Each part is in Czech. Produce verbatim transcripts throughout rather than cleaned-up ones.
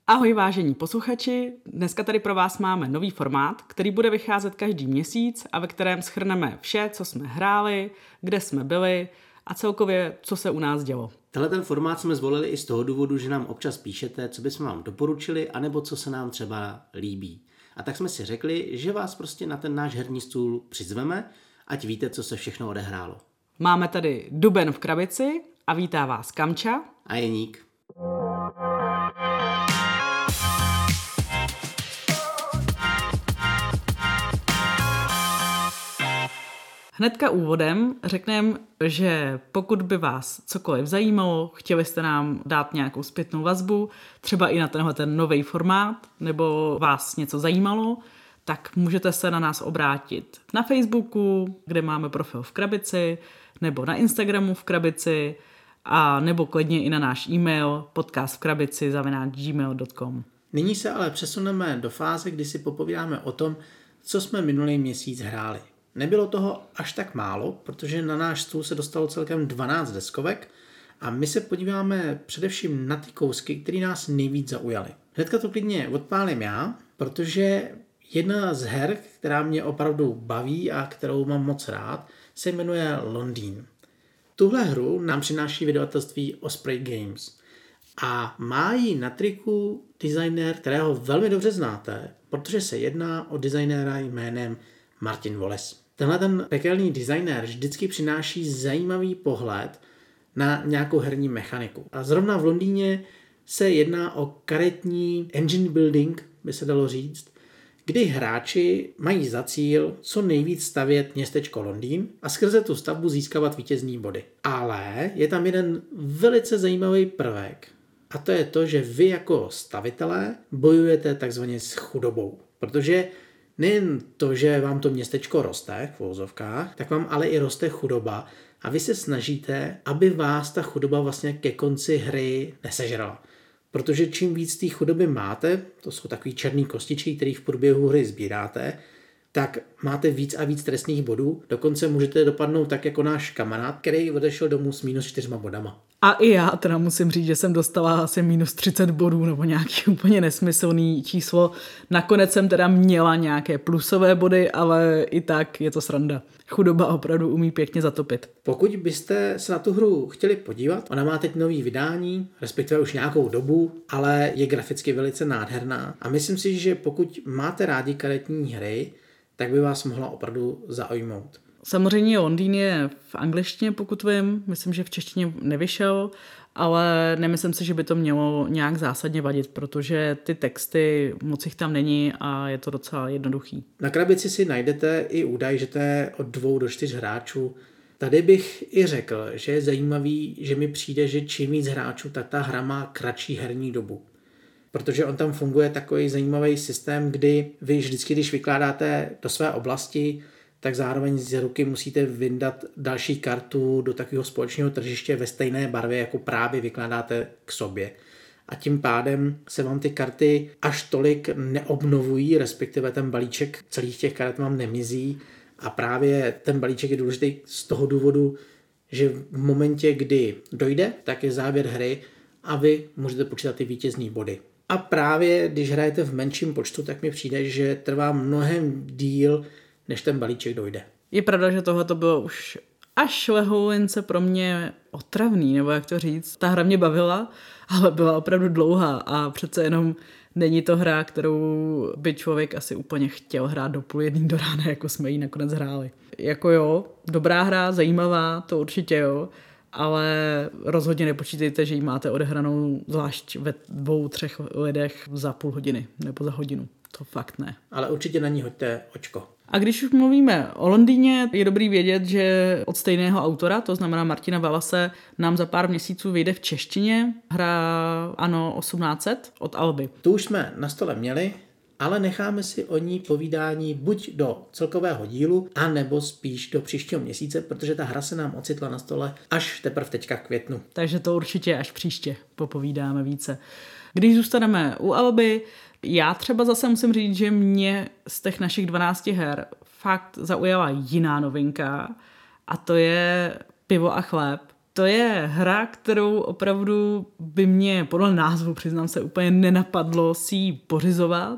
Ahoj vážení posluchači, dneska tady pro vás máme nový formát, který bude vycházet každý měsíc a ve kterém shrneme vše, co jsme hráli, kde jsme byli a celkově, co se u nás dělo. Tenhle ten formát jsme zvolili i z toho důvodu, že nám občas píšete, co bychom vám doporučili, anebo co se nám třeba líbí. A tak jsme si řekli, že vás prostě na ten náš herní stůl přizveme, ať víte, co se všechno odehrálo. Máme tady duben v krabici a vítá vás Kamča a Jeník. Hnedka úvodem řekneme, že pokud by vás cokoliv zajímalo, chtěli jste nám dát nějakou zpětnou vazbu, třeba i na tenhle ten nový formát, nebo vás něco zajímalo, tak můžete se na nás obrátit na Facebooku, kde máme profil v krabici, nebo na Instagramu v krabici, a nebo klidně i na náš e-mail podcastvkrabici zavináč gmail tečka com. Nyní se ale přesuneme do fáze, kdy si popovídáme o tom, co jsme minulý měsíc hráli. Nebylo toho až tak málo, protože na náš stůl se dostalo celkem dvanáct deskovek a my se podíváme především na ty kousky, které nás nejvíc zaujaly. Hnedka to klidně odpálím já, protože jedna z her, která mě opravdu baví a kterou mám moc rád, se jmenuje Londýn. Tuhle hru nám přináší vydavatelství Osprey Games a má ji na triku designér, kterého velmi dobře znáte, protože se jedná o designéra jménem Martin Wallace. Tenhle ten pekelný designér vždycky přináší zajímavý pohled na nějakou herní mechaniku. A zrovna v Londýně se jedná o karetní engine building, by se dalo říct, kdy hráči mají za cíl co nejvíc stavět městečko Londýn a skrze tu stavbu získávat vítězní body. Ale je tam jeden velice zajímavý prvek a to je to, že vy jako stavitelé bojujete takzvaně s chudobou. Protože nejen to, že vám to městečko roste v uvozovkách, tak vám ale i roste chudoba a vy se snažíte, aby vás ta chudoba vlastně ke konci hry nesežrala. Protože čím víc té chudoby máte, to jsou takový černý kostičky, který v průběhu hry sbíráte, tak máte víc a víc trestných bodů. Dokonce můžete dopadnout tak jako náš kamarád, který odešel domů s minus čtyřma bodama. A i já teda musím říct, že jsem dostala asi minus třicet bodů nebo nějaký úplně nesmyslný číslo. Nakonec jsem teda měla nějaké plusové body, ale i tak je to sranda. Chudoba opravdu umí pěkně zatopit. Pokud byste se na tu hru chtěli podívat, ona má teď nový vydání, respektive už nějakou dobu, ale je graficky velice nádherná. A myslím si, že pokud máte rádi karetní hry, tak by vás mohla opravdu zaujmout. Samozřejmě Londýn je v angličtině, pokud vím, myslím, že v češtině nevyšel, ale nemyslím si, že by to mělo nějak zásadně vadit, protože ty texty, moc jich tam není a je to docela jednoduchý. Na krabici si najdete i údaj, že to je od dvou do čtyř hráčů. Tady bych i řekl, že je zajímavý, že mi přijde, že čím víc hráčů, tak ta hra má kratší herní dobu. Protože on tam funguje takový zajímavý systém, kdy vy vždycky, když vykládáte do své oblasti, tak zároveň z ruky musíte vyndat další kartu do takového společného tržiště ve stejné barvě, jako právě vykládáte k sobě. A tím pádem se vám ty karty až tolik neobnovují, respektive ten balíček celých těch karet vám nemizí. A právě ten balíček je důležitý z toho důvodu, že v momentě, kdy dojde, tak je závěr hry a vy můžete počítat ty vítězní body. A právě když hrajete v menším počtu, tak mi přijde, že trvá mnohem díl, než ten balíček dojde. Je pravda, že tohle to bylo už až lehoulince pro mě otravný, nebo jak to říct. Ta hra mě bavila, ale byla opravdu dlouhá a přece jenom není to hra, kterou by člověk asi úplně chtěl hrát do půl jedný do rána, jako jsme ji nakonec hráli. Jako jo, dobrá hra, zajímavá, to určitě jo, ale rozhodně nepočítejte, že ji máte odehranou zvlášť ve dvou, třech lidech za půl hodiny nebo za hodinu. To fakt ne. Ale určitě na ní hoďte očko. A když už mluvíme o Londýně, je dobrý vědět, že od stejného autora, to znamená Martina Wallase, nám za pár měsíců vyjde v češtině hra Anno osmnáct set od Alby. Tu už jsme na stole měli, ale necháme si o ní povídání buď do celkového dílu, anebo spíš do příštího měsíce, protože ta hra se nám ocitla na stole až teprve teďka v květnu. Takže to určitě až příště popovídáme více. Když zůstaneme u Alby, já třeba zase musím říct, že mě z těch našich dvanácti her fakt zaujala jiná novinka a to je Pivo a chléb. to je hra, kterou opravdu by mě podle názvu, přiznám se, úplně nenapadlo si ji pořizovat,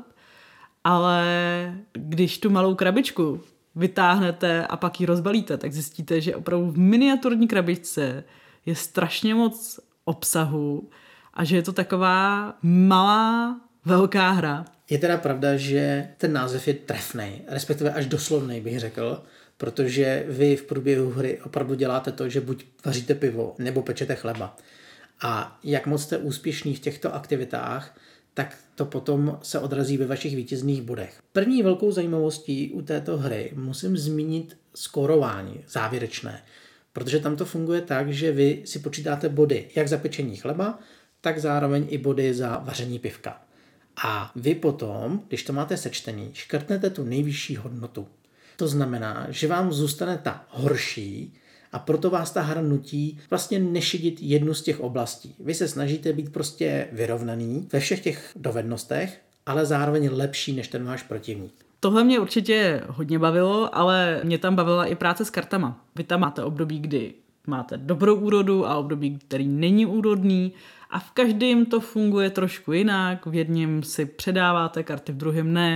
ale když tu malou krabičku vytáhnete a pak ji rozbalíte, tak zjistíte, že opravdu v miniaturní krabičce je strašně moc obsahu a že je to taková malá, velká hra. Je teda pravda, že ten název je trefnej, respektive až doslovnej bych řekl, protože vy v průběhu hry opravdu děláte to, že buď vaříte pivo, nebo pečete chleba. A jak moc jste úspěšní v těchto aktivitách, tak to potom se odrazí ve vašich vítězných bodech. První velkou zajímavostí u této hry musím zmínit skórování závěrečné, protože tam to funguje tak, že vy si počítáte body jak za pečení chleba, tak zároveň i body za vaření pivka. A vy potom, když to máte sečtený, škrtnete tu nejvyšší hodnotu. To znamená, že vám zůstane ta horší a proto vás ta hra nutí vlastně nešidit jednu z těch oblastí. Vy se snažíte být prostě vyrovnaný ve všech těch dovednostech, ale zároveň lepší než ten váš protivník. Tohle mě určitě hodně bavilo, ale mě tam bavila i práce s kartama. Vy tam máte období, kdy máte dobrou úrodu a období, který není úrodný a v každém to funguje trošku jinak. V jedním si předáváte karty, v druhém ne.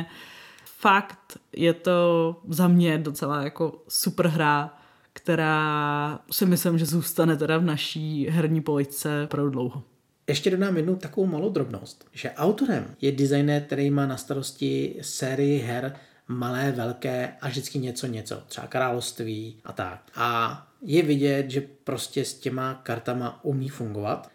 Fakt je to za mě docela jako super hra, která si myslím, že zůstane teda v naší herní poličce pro dlouho. Ještě dodám jednu takovou malou drobnost, že autorem je designér, který má na starosti sérii her malé, velké a vždycky něco něco, třeba království a tak. A je vidět, že prostě s těma kartama umí fungovat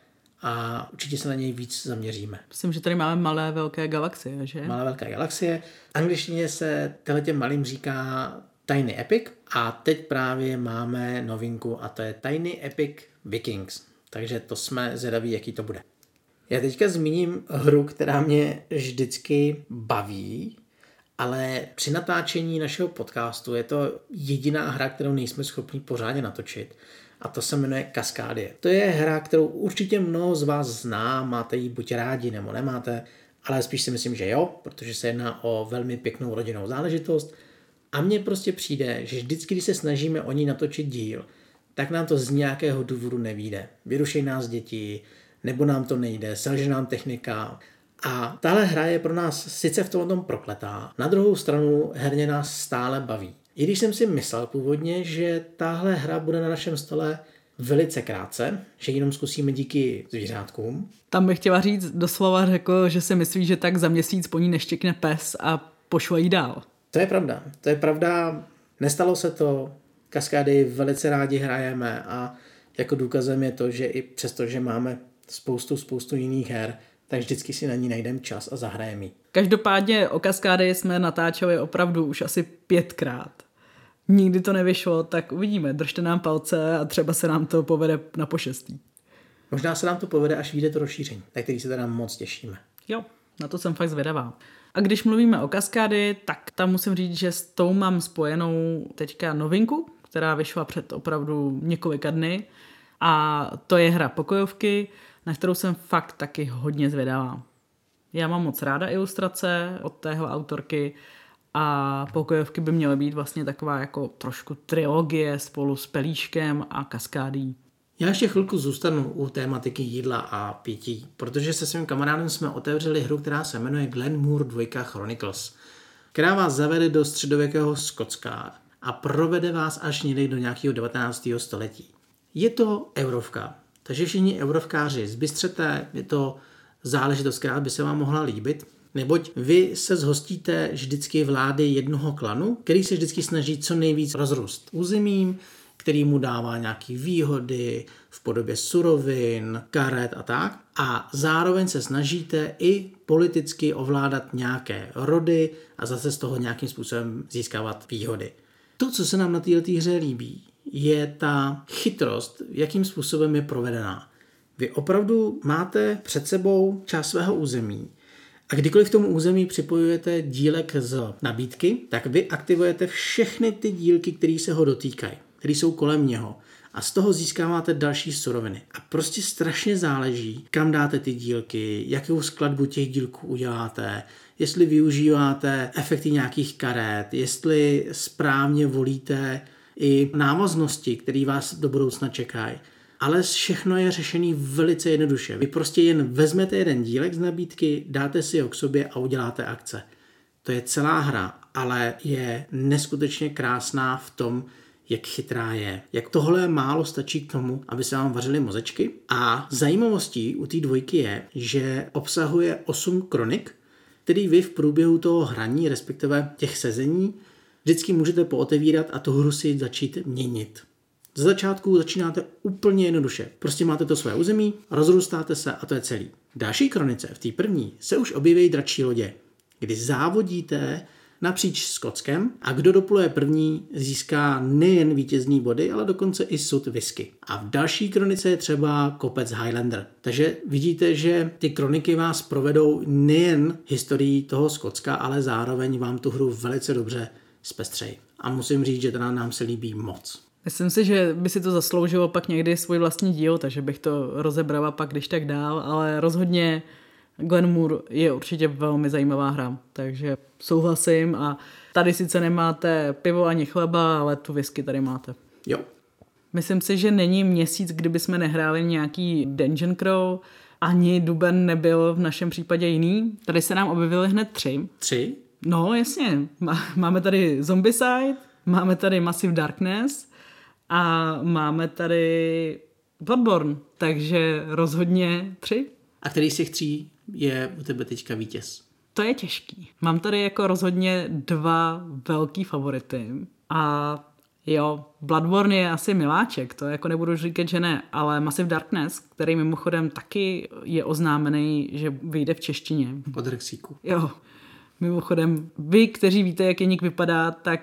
a určitě se na něj víc zaměříme. Myslím, že tady máme malé, velké galaxie, že? Malé, velké galaxie. V angličtině se těm malým říká Tiny Epic a teď právě máme novinku a to je Tiny Epic Vikings. Takže to jsme zvědaví, jaký to bude. Já teďka zmíním hru, která mě vždycky baví, ale při natáčení našeho podcastu je to jediná hra, kterou nejsme schopni pořádně natočit. A to se jmenuje Kaskádie. To je hra, kterou určitě mnoho z vás zná, máte ji buď rádi nebo nemáte, ale spíš si myslím, že jo, protože se jedná o velmi pěknou rodinnou záležitost. A mně prostě přijde, že vždycky, když se snažíme o ní natočit díl, tak nám to z nějakého důvodu nevyjde. Vyrušejí nás děti, nebo nám to nejde, selže nám technika. A tahle hra je pro nás sice v tom prokletá, na druhou stranu herně nás stále baví. I když jsem si myslel původně, že tahle hra bude na našem stole velice krátce, že jenom zkusíme díky zvířátkům. Tam bych chtěla říct, doslova řekl, že si myslí, že tak za měsíc po ní neštěkne pes a pošle jí dál. To je pravda. To je pravda. Nestalo se to. Kaskády velice rádi hrajeme a jako důkazem je to, že i přesto, že máme spoustu, spoustu jiných her, tak vždycky si na ní najdeme čas a zahrajeme. Každopádně o Kaskády jsme natáčeli opravdu už asi pětkrát. Nikdy to nevyšlo, tak uvidíme. Držte nám palce a třeba se nám to povede na pošestý. Možná se nám to povede, až vyjde to rozšíření, tak který se teda moc těšíme. Jo, na to jsem fakt zvědavá. A když mluvíme o Kaskády, tak tam musím říct, že s tou mám spojenou teďka novinku, která vyšla před opravdu několika dny. A to je hra pokojovky, na kterou jsem fakt taky hodně zvědavá. Já mám moc ráda ilustrace od téhle autorky a pokojovky by měly být vlastně taková jako trošku trilogie spolu s Pelíškem a Kaskádí. Já ještě chvilku zůstanu u tématiky jídla a pití, protože se svým kamarádem jsme otevřeli hru, která se jmenuje Glenmoor dva Chronicles, která vás zavede do středověkého Skotska a provede vás až někdy do nějakého devatenáctého století. Je to eurovka, takže všichni eurovkáři zbystřete, je to záležitost, která by se vám mohla líbit, neboť vy se zhostíte vždycky vlády jednoho klanu, který se vždycky snaží co nejvíc rozrůst územím, který mu dává nějaké výhody v podobě surovin, karet a tak. A zároveň se snažíte i politicky ovládat nějaké rody a zase z toho nějakým způsobem získávat výhody. To, co se nám na této hře líbí, je ta chytrost, jakým způsobem je provedená. Vy opravdu máte před sebou část svého území a kdykoliv k tomu území připojujete dílek z nabídky, tak vy aktivujete všechny ty dílky, které se ho dotýkají, které jsou kolem něho a z toho získáváte další suroviny. A prostě strašně záleží, kam dáte ty dílky, jakou skladbu těch dílků uděláte, jestli využíváte efekty nějakých karet, jestli správně volíte i návaznosti, které vás do budoucna čekají. ale všechno je řešený velice jednoduše. Vy prostě jen vezmete jeden dílek z nabídky, dáte si ho k sobě a uděláte akce. To je celá hra, ale je neskutečně krásná v tom, jak chytrá je. Jak tohle málo stačí k tomu, aby se vám vařily mozečky. A zajímavostí u té dvojky je, že obsahuje osm kronik, který vy v průběhu toho hraní, respektive těch sezení, vždycky můžete pootevírat a tu hru si začít měnit. Z začátku začínáte úplně jednoduše. Prostě máte to své území, rozrůstáte se a to je celý. V další kronice, v té první, se už objeví dračí lodě, kdy závodíte napříč Skotskem a kdo dopluje první, získá nejen vítězný body, ale dokonce i sud whisky. A v další kronice je třeba kopec Highlander. Takže vidíte, že ty kroniky vás provedou nejen historií toho Skotska, ale zároveň vám tu hru velice dobře zpestřejí. A musím říct, že teda nám se líbí moc. Myslím si, že by si to zasloužilo pak někdy svůj vlastní díl, takže bych to rozebrala pak když tak dál, ale rozhodně Glenmoor je určitě velmi zajímavá hra, takže souhlasím a tady sice nemáte pivo ani chleba, ale tu whisky tady máte. Jo. Myslím si, že není měsíc, kdyby jsme nehráli nějaký Dungeon Crawl, ani duben nebyl v našem případě jiný. Tady se nám objevily hned tři. Tři? No, jasně. Máme tady Zombicide, máme tady Massive Darkness a máme tady Bloodborne, takže rozhodně tři. A který z těch tří je u tebe teďka vítěz? To je těžký. Mám tady jako rozhodně dva velký favority a jo, Bloodborne je asi miláček, to jako nebudu říkat, že ne, ale Massive Darkness, který mimochodem taky je oznámený, že vyjde v češtině. Od Rexíku. Jo, mimochodem, vy, kteří víte, jak Jeník vypadá, tak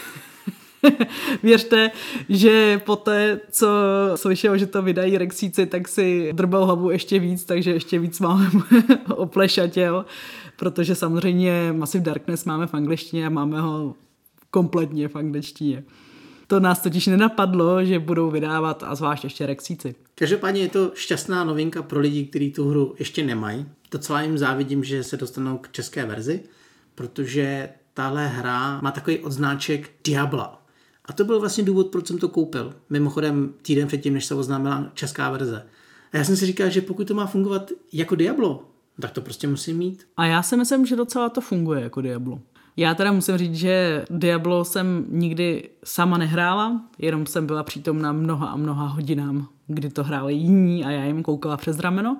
věřte, že poté, co slyšel, že to vydají Rexíci, tak si drbal hlavu ještě víc, takže ještě víc máme oplešatěl, protože samozřejmě Massive Darkness máme v angličtině a máme ho kompletně v angličtině. To nás totiž nenapadlo, že budou vydávat a zvlášť ještě Rexíci. Každopádně je to šťastná novinka pro lidi, kteří tu hru ještě nemají. Docela jim závidím, že se dostanou k české verzi, protože tahle hra má takový odznáček Diabla. A to byl vlastně důvod, proč jsem to koupil. Mimochodem týden předtím, než se oznámila česká verze. A já jsem si říkal, že pokud to má fungovat jako Diablo, tak to prostě musím mít. A já si myslím, že docela to funguje jako Diablo. Já teda musím říct, že Diablo jsem nikdy sama nehrála, jenom jsem byla přítomna mnoha a mnoha hodinám, kdy to hráli jiní a já jim koukala přes rameno.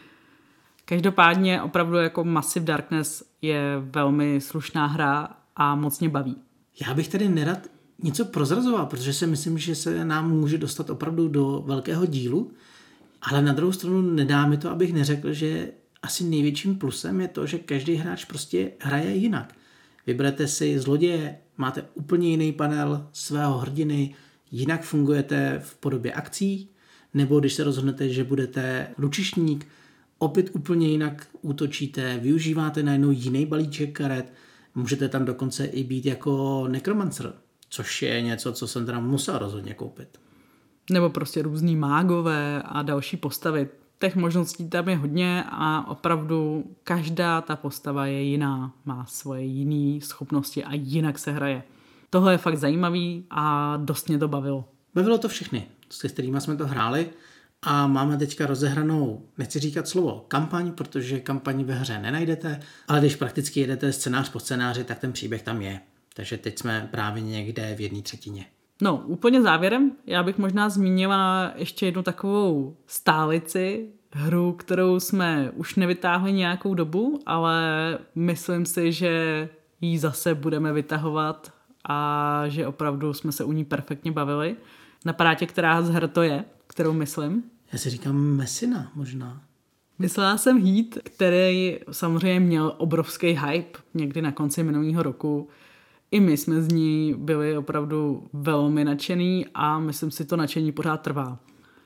Každopádně opravdu jako Massive Darkness je velmi slušná hra a moc mě baví. Já bych tady nerad něco prozrazoval, protože si myslím, že se nám může dostat opravdu do velkého dílu, ale na druhou stranu nedá mi to, abych neřekl, že asi největším plusem je to, že každý hráč prostě hraje jinak. Vyberete si zloděje, máte úplně jiný panel svého hrdiny, jinak fungujete v podobě akcí, nebo když se rozhodnete, že budete lučišník, opět úplně jinak útočíte, využíváte najednou jiný balíček karet, můžete tam dokonce i být jako nekromancer, což je něco, co jsem teda musel rozhodně koupit. Nebo prostě různý mágové a další postavy. Těch možností tam je hodně a opravdu každá ta postava je jiná, má svoje jiné schopnosti a jinak se hraje. Tohle je fakt zajímavý a dost mě to bavilo. Bavilo to všechny, s kterými jsme to hráli a máme teďka rozehranou, nechci říkat slovo kampaň, protože kampaň ve hře nenajdete, ale když prakticky jedete scénář po scénáři, tak ten příběh tam je. Takže teď jsme právě někde v jedné třetině. No, úplně závěrem, já bych možná zmínila ještě jednu takovou stálici, hru, kterou jsme už nevytáhli nějakou dobu, ale myslím si, že ji zase budeme vytahovat a že opravdu jsme se u ní perfektně bavili. Napadá tě, která z her to je, kterou myslím? Já si říkám Messina možná. Myslela jsem Heat, který samozřejmě měl obrovský hype někdy na konci minulého roku. I my jsme z ní byli opravdu velmi nadšený a myslím si, to nadšení pořád trvá.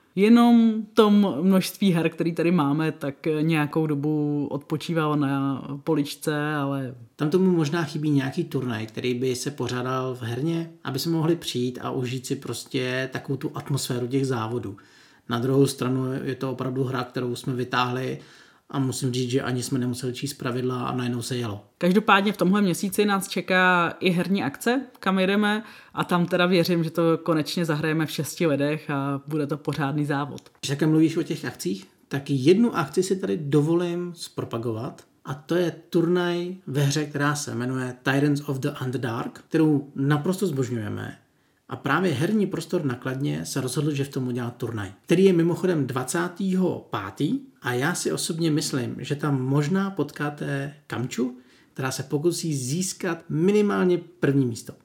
Jenom tom množství her, který tady máme, tak nějakou dobu odpočívalo na poličce, ale... Tam tomu možná chybí nějaký turnaj, který by se pořádal v herně, aby jsme mohli přijít a užít si prostě takovou tu atmosféru těch závodů. Na druhou stranu je to opravdu hra, kterou jsme vytáhli a musím říct, že ani jsme nemuseli číst pravidla a najednou se jelo. Každopádně v tomhle měsíci nás čeká i herní akce, kam jedeme a tam teda věřím, že to konečně zahrajeme v šesti lidech a bude to pořádný závod. Když také mluvíš o těch akcích, tak jednu akci si tady dovolím zpropagovat a to je turnaj ve hře, která se jmenuje Tyrants of the Underdark, kterou naprosto zbožňujeme. A právě herní prostor na Kladně se rozhodl, že v tom udělá turnaj, který je mimochodem dvacátého pátého a já si osobně myslím, že tam možná potkáte Kamču, která se pokusí získat minimálně první místo.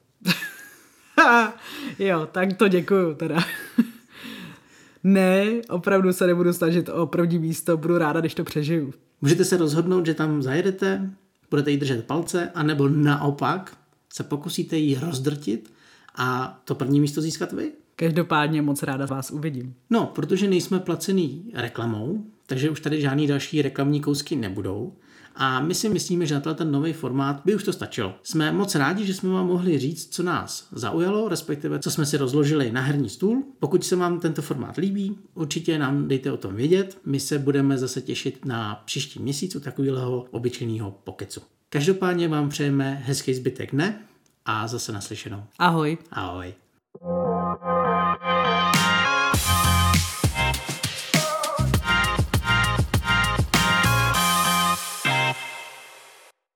Jo, tak to děkuju teda. Ne, opravdu se nebudu snažit o první místo, budu ráda, když to přežiju. Můžete se rozhodnout, že tam zajedete, budete jí držet palce, anebo naopak se pokusíte jí rozdrtit a to první místo získat vy? Každopádně moc ráda vás uvidím. No, protože nejsme placený reklamou, takže už tady žádný další reklamní kousky nebudou. A my si myslíme, že na ten nový formát by už to stačilo. Jsme moc rádi, že jsme vám mohli říct, co nás zaujalo, respektive co jsme si rozložili na herní stůl. Pokud se vám tento formát líbí, určitě nám dejte o tom vědět. My se budeme zase těšit na příští měsíc u takového obyčejného pokecu. Každopádně vám přejeme hezký zbytek dne a zase naslyšenou. Ahoj. Ahoj.